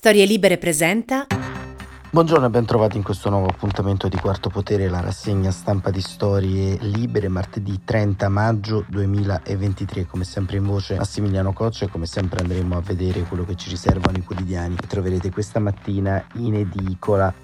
Storie Libere presenta. Buongiorno e ben trovati in questo nuovo appuntamento di Quarto Potere, la rassegna stampa di Storie Libere, martedì 30 maggio 2023. Come sempre in voce Massimiliano Coccia e come sempre andremo a vedere quello che ci riservano i quotidiani che troverete questa mattina in edicola.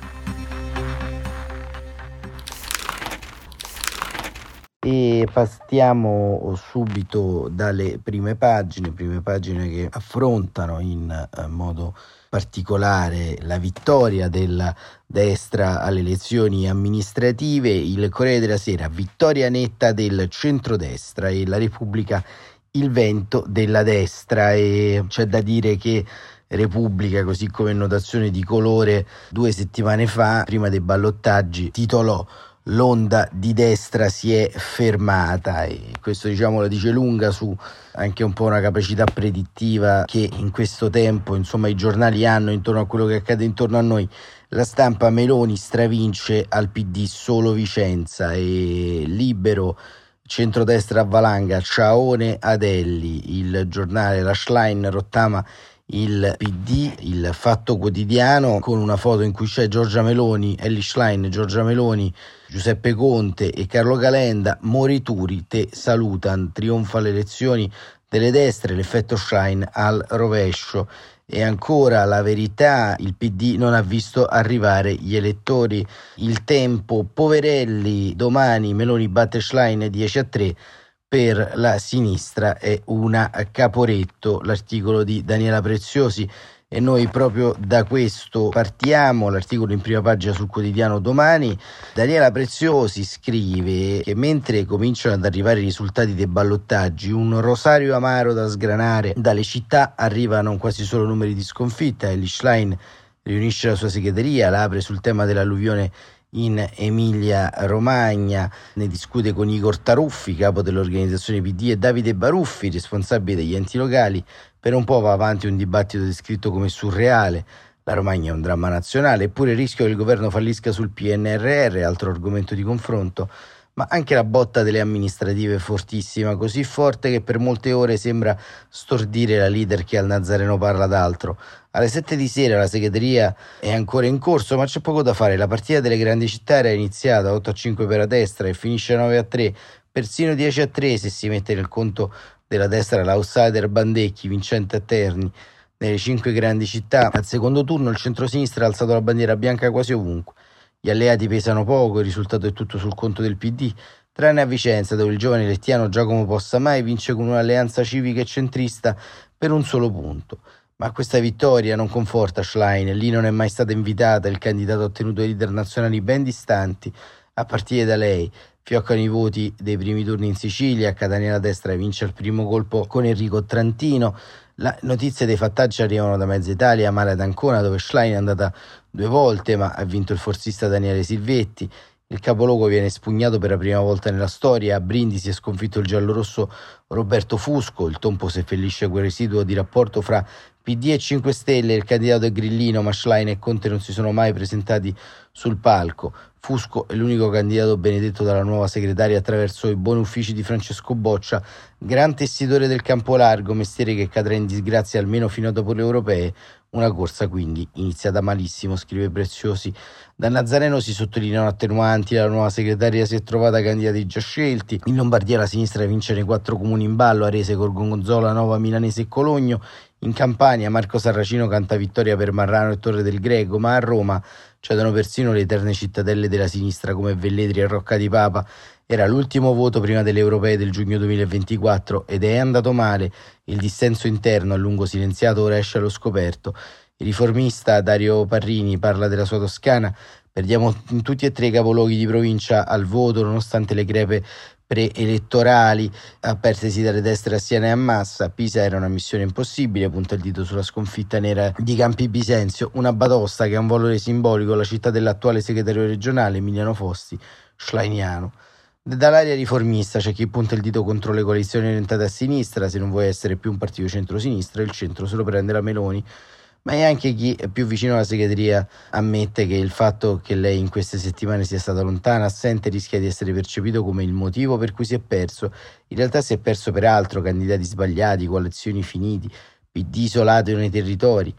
E passiamo subito dalle prime pagine che affrontano in modo particolare la vittoria della destra alle elezioni amministrative. Il Corriere della Sera: vittoria netta del centrodestra e la Repubblica il vento della destra. E c'è da dire che Repubblica, così come notazione di colore, 2 settimane fa, prima dei ballottaggi, titolò "L'onda di destra si è fermata", e questo la dice lunga su anche un po' una capacità predittiva che in questo tempo i giornali hanno intorno a quello che accade intorno a noi. La Stampa: Meloni stravince al PD solo Vicenza. E Libero: centrodestra a valanga, Ciaone Adelli. Il Giornale: la Schlein rottama il PD. Il Fatto Quotidiano, con una foto in cui c'è Giorgia Meloni, Elly Schlein, Giorgia Meloni, Giuseppe Conte e Carlo Calenda: morituri te salutan, trionfa le elezioni delle destre, l'effetto Schlein al rovescio. E ancora La Verità: il PD non ha visto arrivare gli elettori. Il Tempo: poverelli, domani Meloni batte Schlein 10-3, per la sinistra è una Caporetto. L'articolo di Daniela Preziosi, e noi proprio da questo partiamo. L'articolo in prima pagina sul quotidiano Domani. Daniela Preziosi scrive che mentre cominciano ad arrivare i risultati dei ballottaggi, un rosario amaro da sgranare, dalle città arrivano quasi solo numeri di sconfitta. Elly Schlein riunisce la sua segreteria, la apre sul tema dell'alluvione in Emilia Romagna, ne discute con Igor Taruffi, capo dell'organizzazione PD, e Davide Baruffi, responsabile degli enti locali. Per un po' va avanti un dibattito descritto come surreale. La Romagna è un dramma nazionale, eppure il rischio che il governo fallisca sul PNRR, altro argomento di confronto. Ma anche la botta delle amministrative è fortissima, così forte che per molte ore sembra stordire la leader che al Nazareno parla d'altro. Alle 7 di sera la segreteria è ancora in corso, ma c'è poco da fare. La partita delle grandi città era iniziata, 8-5 per la destra, e finisce 9-3, persino 10-3 se si mette nel conto della destra l'outsider Bandecchi, vincente a Terni. Nelle 5 grandi città al secondo turno il centrosinistra ha alzato la bandiera bianca quasi ovunque. Gli alleati pesano poco, il risultato è tutto sul conto del PD, tranne a Vicenza, dove il giovane lettiano Giacomo Possamai vince con un'alleanza civica e centrista per un solo punto. Ma questa vittoria non conforta Schlein. Lì non è mai stata invitata, il candidato ha ottenuto leader nazionali ben distanti. A partire da lei fioccano i voti dei primi turni in Sicilia. A Catania la destra vince al primo colpo con Enrico Trantino. Le notizie dei fattaggi arrivano da mezza Italia, male ad Ancona, dove Schlein è andata 2 volte, ma ha vinto il forzista Daniele Silvetti. Il capoluogo viene spugnato per la prima volta nella storia. A Brindisi è sconfitto il giallorosso Roberto Fusco. Il Tompo seppellisce quel residuo di rapporto fra PD e 5 Stelle. Il candidato è grillino, ma Schlein e Conte non si sono mai presentati sul palco. Fusco è l'unico candidato benedetto dalla nuova segretaria attraverso i buoni uffici di Francesco Boccia, gran tessitore del campo largo, mestiere che cadrà in disgrazia almeno fino a dopo le europee. Una corsa quindi iniziata malissimo, scrive Preziosi. Da Nazareno si sottolineano attenuanti, la nuova segretaria si è trovata candidati già scelti. In Lombardia la sinistra vince nei 4 comuni in ballo: Arese, Gorgonzola, Nova, Milanese e Cologno. In Campania Marco Sarracino canta vittoria per Marrano e Torre del Greco, ma a Roma cedono persino le eterne cittadelle della sinistra come Velletri e Rocca di Papa. Era l'ultimo voto prima delle europee del giugno 2024 ed è andato male. Il dissenso interno, a lungo silenziato, ora esce allo scoperto. Il riformista Dario Parrini parla della sua Toscana: perdiamo in tutti e 3 i capoluoghi di provincia al voto, nonostante le crepe preelettorali apertesi dalle destre a Siena e a Massa. Pisa era una missione impossibile, punta il dito sulla sconfitta nera di Campi Bisenzio. Una batosta che ha un valore simbolico, la città dell'attuale segretario regionale Emiliano Fosti, schleiniano. Dall'area riformista c'è chi punta il dito contro le coalizioni orientate a sinistra: se non vuoi essere più un partito centro-sinistra, il centro se lo prende la Meloni. Ma è anche chi è più vicino alla segreteria ammette che il fatto che lei in queste settimane sia stata lontana, assente, rischia di essere percepito come il motivo per cui si è perso. In realtà si è perso per altro: candidati sbagliati, coalizioni finiti, PD isolato nei territori.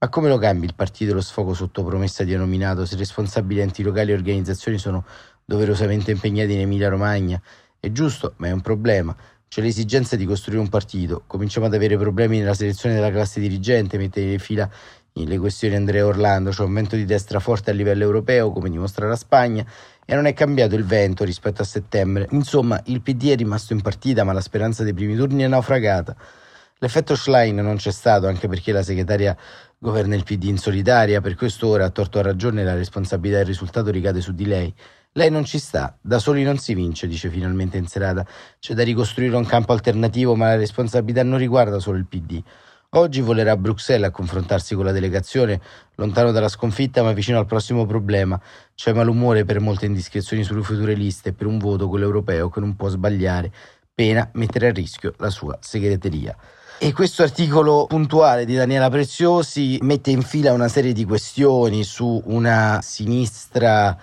Ma come lo cambi il partito e lo sfogo sotto promessa di nominato se responsabili enti locali e organizzazioni sono doverosamente impegnati in Emilia-Romagna? È giusto, ma è un problema. C'è l'esigenza di costruire un partito. Cominciamo ad avere problemi nella selezione della classe dirigente, mettere in fila le questioni Andrea Orlando, c'è un vento di destra forte a livello europeo, come dimostra la Spagna, e non è cambiato il vento rispetto a settembre. Insomma, il PD è rimasto in partita, ma la speranza dei primi turni è naufragata. L'effetto Schlein non c'è stato, anche perché la segretaria governa il PD in solitaria, per questo ora, a torto o a ragione, la responsabilità del risultato ricade su di lei. Lei non ci sta, da soli non si vince, dice finalmente in serata. C'è da ricostruire un campo alternativo, ma la responsabilità non riguarda solo il PD. Oggi volerà a Bruxelles a confrontarsi con la delegazione, lontano dalla sconfitta ma vicino al prossimo problema. C'è malumore per molte indiscrezioni sulle future liste e per un voto, quello europeo, che non può sbagliare, pena mettere a rischio la sua segreteria. E questo articolo puntuale di Daniela Preziosi mette in fila una serie di questioni su una sinistra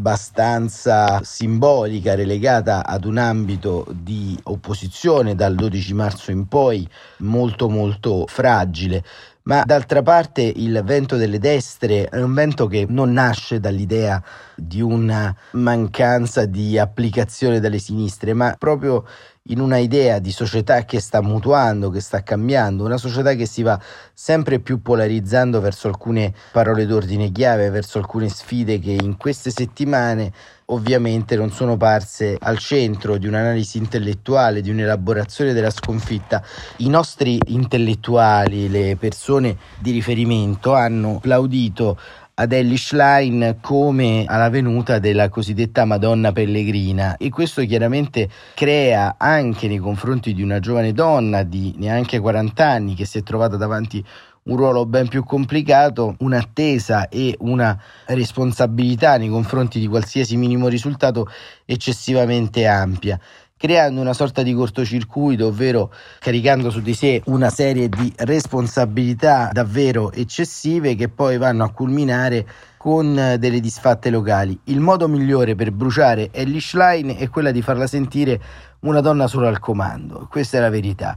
abbastanza simbolica, relegata ad un ambito di opposizione dal 12 marzo in poi molto molto fragile. Ma d'altra parte il vento delle destre è un vento che non nasce dall'idea di una mancanza di applicazione dalle sinistre, ma proprio in una idea di società che sta mutuando, che sta cambiando, una società che si va sempre più polarizzando verso alcune parole d'ordine chiave, verso alcune sfide che in queste settimane ovviamente non sono parse al centro di un'analisi intellettuale, di un'elaborazione della sconfitta. I nostri intellettuali, le persone di riferimento, hanno applaudito ad Elly Schlein come alla venuta della cosiddetta Madonna Pellegrina, e questo chiaramente crea anche nei confronti di una giovane donna di neanche 40 anni che si è trovata davanti un ruolo ben più complicato, un'attesa e una responsabilità nei confronti di qualsiasi minimo risultato eccessivamente ampia, creando una sorta di cortocircuito, ovvero caricando su di sé una serie di responsabilità davvero eccessive che poi vanno a culminare con delle disfatte locali. Il modo migliore per bruciare Elly Schlein è quella di farla sentire una donna sola al comando, questa è la verità.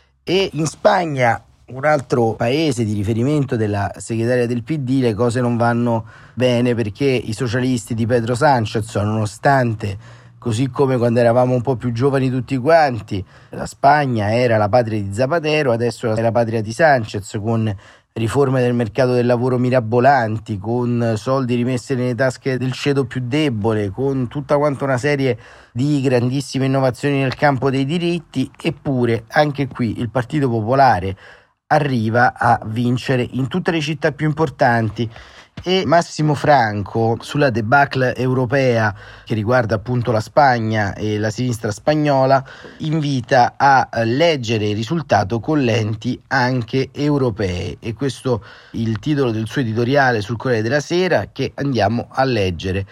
E in Spagna, un altro paese di riferimento della segretaria del PD, le cose non vanno bene perché i socialisti di Pedro Sánchez, nonostante, così come quando eravamo un po' più giovani tutti quanti, la Spagna era la patria di Zapatero, adesso è la patria di Sánchez, con riforme del mercato del lavoro mirabolanti, con soldi rimessi nelle tasche del ceto più debole, con tutta quanta una serie di grandissime innovazioni nel campo dei diritti. Eppure anche qui il Partito Popolare arriva a vincere in tutte le città più importanti. E Massimo Franco, sulla debacle europea che riguarda appunto la Spagna e la sinistra spagnola, invita a leggere il risultato con lenti anche europee, e questo è il titolo del suo editoriale sul Corriere della Sera, che andiamo a leggere.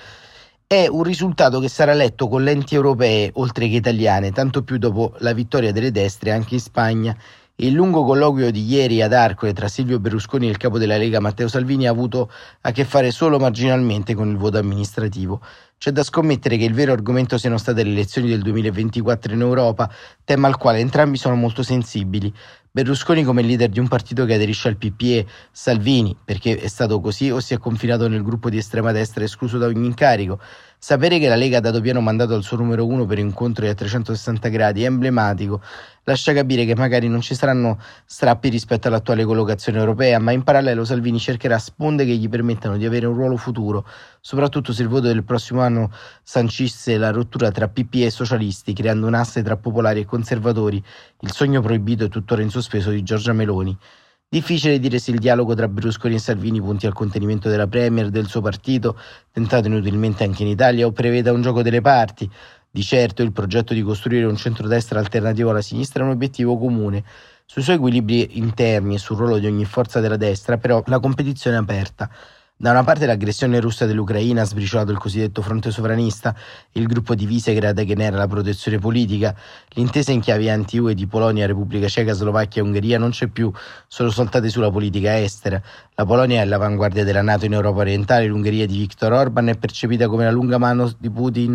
È un risultato che sarà letto con lenti europee oltre che italiane, tanto più dopo la vittoria delle destre anche in Spagna. Il lungo colloquio di ieri ad Arcole tra Silvio Berlusconi e il capo della Lega Matteo Salvini ha avuto a che fare solo marginalmente con il voto amministrativo. C'è da scommettere che il vero argomento siano state le elezioni del 2024 in Europa, tema al quale entrambi sono molto sensibili. Berlusconi come leader di un partito che aderisce al PPE, Salvini, perché è stato così o si è confinato nel gruppo di estrema destra escluso da ogni incarico. Sapere che la Lega ha dato pieno mandato al suo numero uno per incontri a 360 gradi è emblematico, lascia capire che magari non ci saranno strappi rispetto all'attuale collocazione europea, ma in parallelo Salvini cercherà sponde che gli permettano di avere un ruolo futuro, soprattutto se il voto del prossimo anno sancisse la rottura tra PPE e socialisti, creando un asse tra popolari e conservatori, il sogno proibito e tuttora in sospeso di Giorgia Meloni. Difficile dire se il dialogo tra Berlusconi e Salvini punti al contenimento della Premier del suo partito, tentato inutilmente anche in Italia, o preveda un gioco delle parti. Di certo il progetto di costruire un centrodestra alternativo alla sinistra è un obiettivo comune. Sui suoi equilibri interni e sul ruolo di ogni forza della destra, però, la competizione è aperta. Da una parte l'aggressione russa dell'Ucraina ha sbriciolato il cosiddetto fronte sovranista, il gruppo di Visegrad che ne era la protezione politica. L'intesa in chiave anti-UE di Polonia, Repubblica Ceca, Slovacchia e Ungheria non c'è più, sono saltate sulla politica estera. La Polonia è all'avanguardia della NATO in Europa orientale, l'Ungheria di Viktor Orban è percepita come la lunga mano di Putin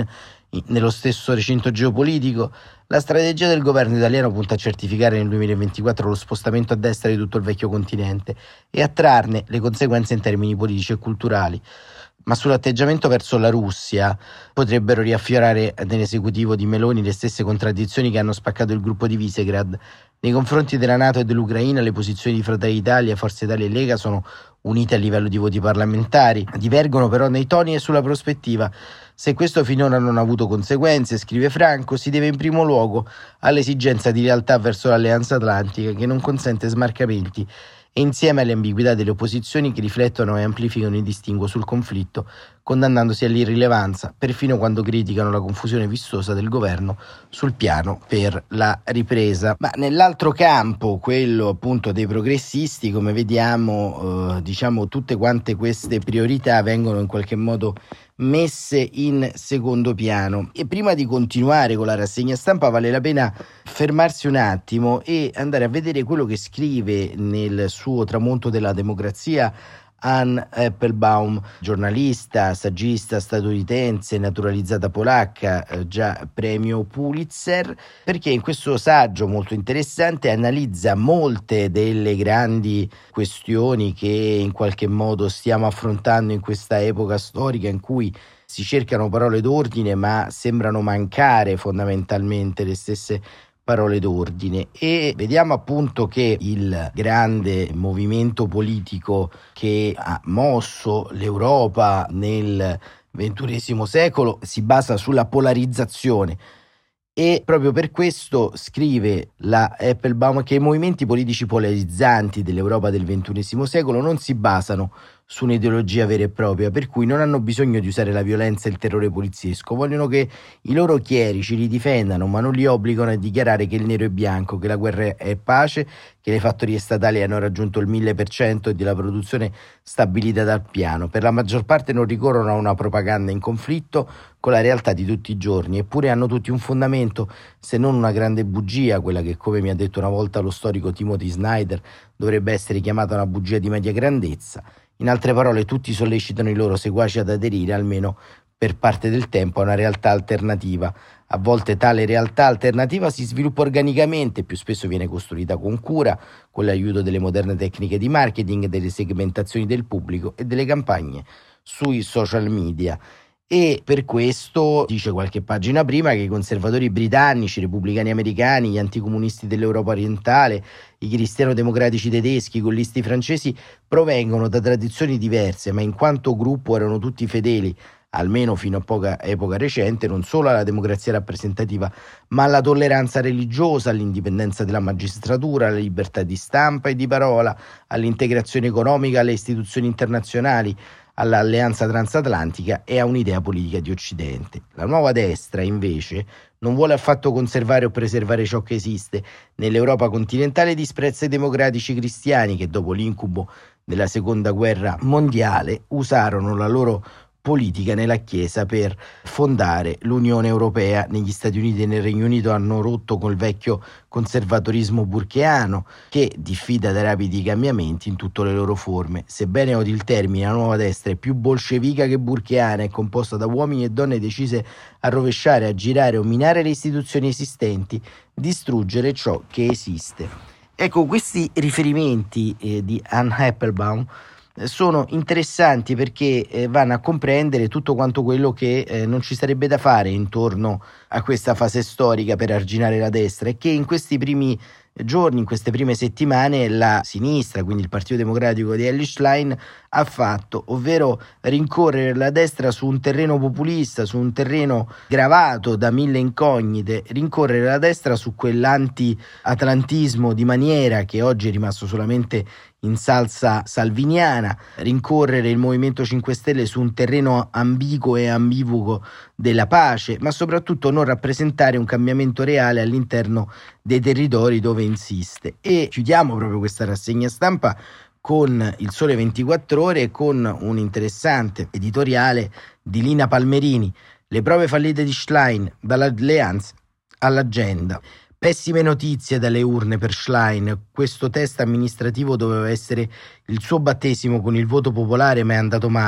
Nello stesso recinto geopolitico, la strategia del governo italiano punta a certificare nel 2024 lo spostamento a destra di tutto il vecchio continente e a trarne le conseguenze in termini politici e culturali. Ma sull'atteggiamento verso la Russia potrebbero riaffiorare nell'esecutivo di Meloni le stesse contraddizioni che hanno spaccato il gruppo di Visegrad. Nei confronti della NATO e dell'Ucraina le posizioni di Fratelli d'Italia, Forza Italia e Lega sono unite a livello di voti parlamentari, divergono però nei toni e sulla prospettiva. Se questo finora non ha avuto conseguenze, scrive Franco, si deve in primo luogo all'esigenza di lealtà verso l'Alleanza Atlantica che non consente smarcamenti e insieme alle ambiguità delle opposizioni che riflettono e amplificano il distinguo sul conflitto, condannandosi all'irrilevanza, perfino quando criticano la confusione vistosa del governo sul piano per la ripresa. Ma nell'altro campo, quello appunto dei progressisti, come vediamo, tutte quante queste priorità vengono in qualche modo messe in secondo piano. E prima di continuare con la rassegna stampa vale la pena fermarsi un attimo e andare a vedere quello che scrive nel suo Tramonto della democrazia Anne Applebaum, giornalista, saggista statunitense, naturalizzata polacca, già premio Pulitzer, perché in questo saggio molto interessante analizza molte delle grandi questioni che in qualche modo stiamo affrontando in questa epoca storica in cui si cercano parole d'ordine ma sembrano mancare fondamentalmente le stesse parole d'ordine, e vediamo appunto che il grande movimento politico che ha mosso l'Europa nel XXI secolo si basa sulla polarizzazione. E proprio per questo scrive la Applebaum che i movimenti politici polarizzanti dell'Europa del XXI secolo non si basano su un'ideologia vera e propria, per cui non hanno bisogno di usare la violenza e il terrore poliziesco, vogliono che i loro chierici li difendano, ma non li obbligano a dichiarare che il nero è bianco, che la guerra è pace, che le fattorie statali hanno raggiunto il 1000% della produzione stabilita dal piano. Per la maggior parte non ricorrono a una propaganda in conflitto con la realtà di tutti i giorni, eppure hanno tutti un fondamento, se non una grande bugia, quella che, come mi ha detto una volta lo storico Timothy Snyder, dovrebbe essere chiamata una bugia di media grandezza. In altre parole, tutti sollecitano i loro seguaci ad aderire, almeno per parte del tempo, a una realtà alternativa. A volte tale realtà alternativa si sviluppa organicamente, più spesso viene costruita con cura, con l'aiuto delle moderne tecniche di marketing, delle segmentazioni del pubblico e delle campagne sui social media. E per questo, dice qualche pagina prima, che i conservatori britannici, i repubblicani americani, gli anticomunisti dell'Europa orientale, i cristiano-democratici tedeschi, i gollisti francesi provengono da tradizioni diverse, ma in quanto gruppo erano tutti fedeli, almeno fino a poca epoca recente, non solo alla democrazia rappresentativa, ma alla tolleranza religiosa, all'indipendenza della magistratura, alla libertà di stampa e di parola, all'integrazione economica, alle istituzioni internazionali, all'alleanza transatlantica e a un'idea politica di Occidente. La nuova destra, invece, non vuole affatto conservare o preservare ciò che esiste. Nell'Europa continentale disprezza i democratici cristiani che dopo l'incubo della seconda guerra mondiale usarono la loro politica nella Chiesa per fondare l'Unione Europea. Negli Stati Uniti e nel Regno Unito hanno rotto col vecchio conservatorismo burkeano che diffida dai rapidi cambiamenti in tutte le loro forme. Sebbene odi il termine, la nuova destra è più bolscevica che burkeana, è composta da uomini e donne decise a rovesciare, a girare o minare le istituzioni esistenti, distruggere ciò che esiste. Ecco, questi riferimenti di Anne Applebaum sono interessanti perché vanno a comprendere tutto quanto quello che non ci sarebbe da fare intorno a questa fase storica per arginare la destra, e che in questi primi giorni, in queste prime settimane, la sinistra, quindi il Partito Democratico di Elly Schlein, ha fatto, ovvero rincorrere la destra su un terreno populista, su un terreno gravato da mille incognite, rincorrere la destra su quell'anti-atlantismo di maniera che oggi è rimasto solamente in salsa salviniana, rincorrere il Movimento 5 Stelle su un terreno ambiguo e ambivoco della pace, ma soprattutto non rappresentare un cambiamento reale all'interno dei territori dove insiste. E chiudiamo proprio questa rassegna stampa con il Sole 24 Ore e con un interessante editoriale di Lina Palmerini, le prove fallite di Schlein, dall'alleanza all'agenda. Pessime notizie dalle urne per Schlein. Questo test amministrativo doveva essere il suo battesimo con il voto popolare, ma è andato male.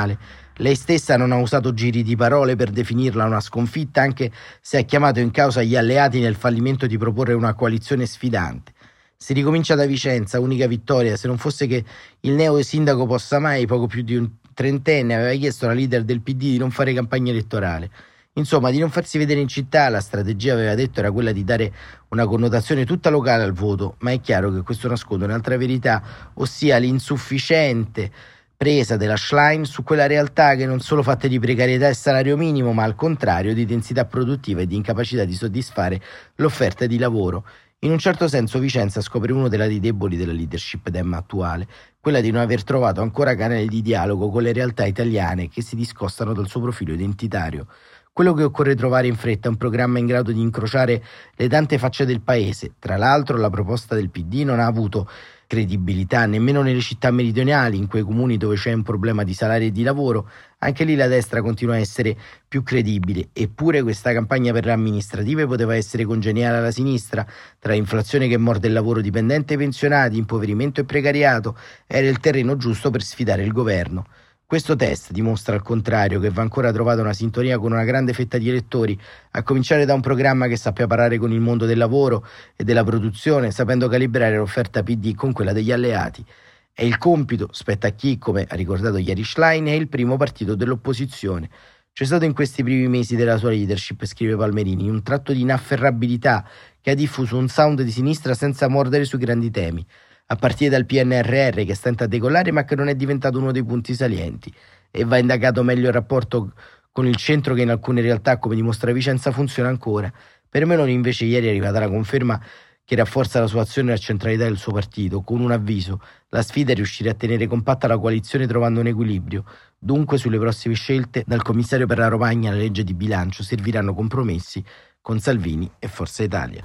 Lei stessa non ha usato giri di parole per definirla una sconfitta, anche se ha chiamato in causa gli alleati nel fallimento di proporre una coalizione sfidante. Si ricomincia da Vicenza, unica vittoria, se non fosse che il neo sindaco Possamai, poco più di un trentenne, aveva chiesto alla leader del PD di non fare campagna elettorale. Insomma, di non farsi vedere in città. La strategia, aveva detto, era quella di dare una connotazione tutta locale al voto, ma è chiaro che questo nasconde un'altra verità, ossia l'insufficiente presa della Schlein su quella realtà che non solo fatte di precarietà e salario minimo, ma al contrario di densità produttiva e di incapacità di soddisfare l'offerta di lavoro. In un certo senso Vicenza scopre uno dei lati deboli della leadership Dem attuale, quella di non aver trovato ancora canali di dialogo con le realtà italiane che si discostano dal suo profilo identitario. Quello che occorre trovare in fretta è un programma in grado di incrociare le tante facce del paese. Tra l'altro, la proposta del PD non ha avuto credibilità nemmeno nelle città meridionali, in quei comuni dove c'è un problema di salario e di lavoro. Anche lì la destra continua a essere più credibile, eppure questa campagna per le amministrative poteva essere congeniale alla sinistra. Tra inflazione che morde il lavoro dipendente e i pensionati, impoverimento e precariato, era il terreno giusto per sfidare il governo. Questo test dimostra al contrario che va ancora trovata una sintonia con una grande fetta di elettori, a cominciare da un programma che sappia parlare con il mondo del lavoro e della produzione, sapendo calibrare l'offerta PD con quella degli alleati. E il compito spetta a chi, come ha ricordato ieri Schlein, è il primo partito dell'opposizione. C'è stato in questi primi mesi della sua leadership, scrive Palmerini, un tratto di inafferrabilità che ha diffuso un sound di sinistra senza mordere sui grandi temi, a partire dal PNRR che stenta a decollare ma che non è diventato uno dei punti salienti, e va indagato meglio il rapporto con il centro che in alcune realtà, come dimostra Vicenza, funziona ancora. Per Meloni invece ieri è arrivata la conferma che rafforza la sua azione e la centralità del suo partito, con un avviso: la sfida è riuscire a tenere compatta la coalizione trovando un equilibrio. Dunque sulle prossime scelte, dal commissario per la Romagna alla legge di bilancio, serviranno compromessi con Salvini e Forza Italia.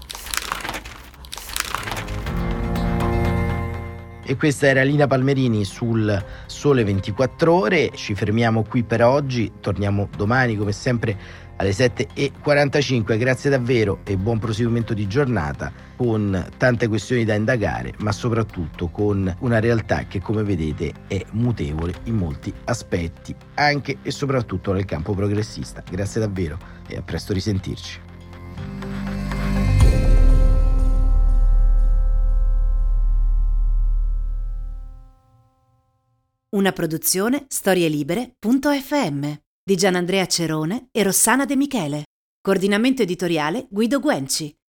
E questa era Lina Palmerini sul Sole 24 Ore. Ci fermiamo qui per oggi, torniamo domani come sempre alle 7:45. Grazie davvero e buon proseguimento di giornata, con tante questioni da indagare, ma soprattutto con una realtà che, come vedete, è mutevole in molti aspetti, anche e soprattutto nel campo progressista. Grazie davvero e a presto risentirci. Una produzione storielibere.fm di Gianandrea Cerone e Rossana De Michele. Coordinamento editoriale Guido Guenci.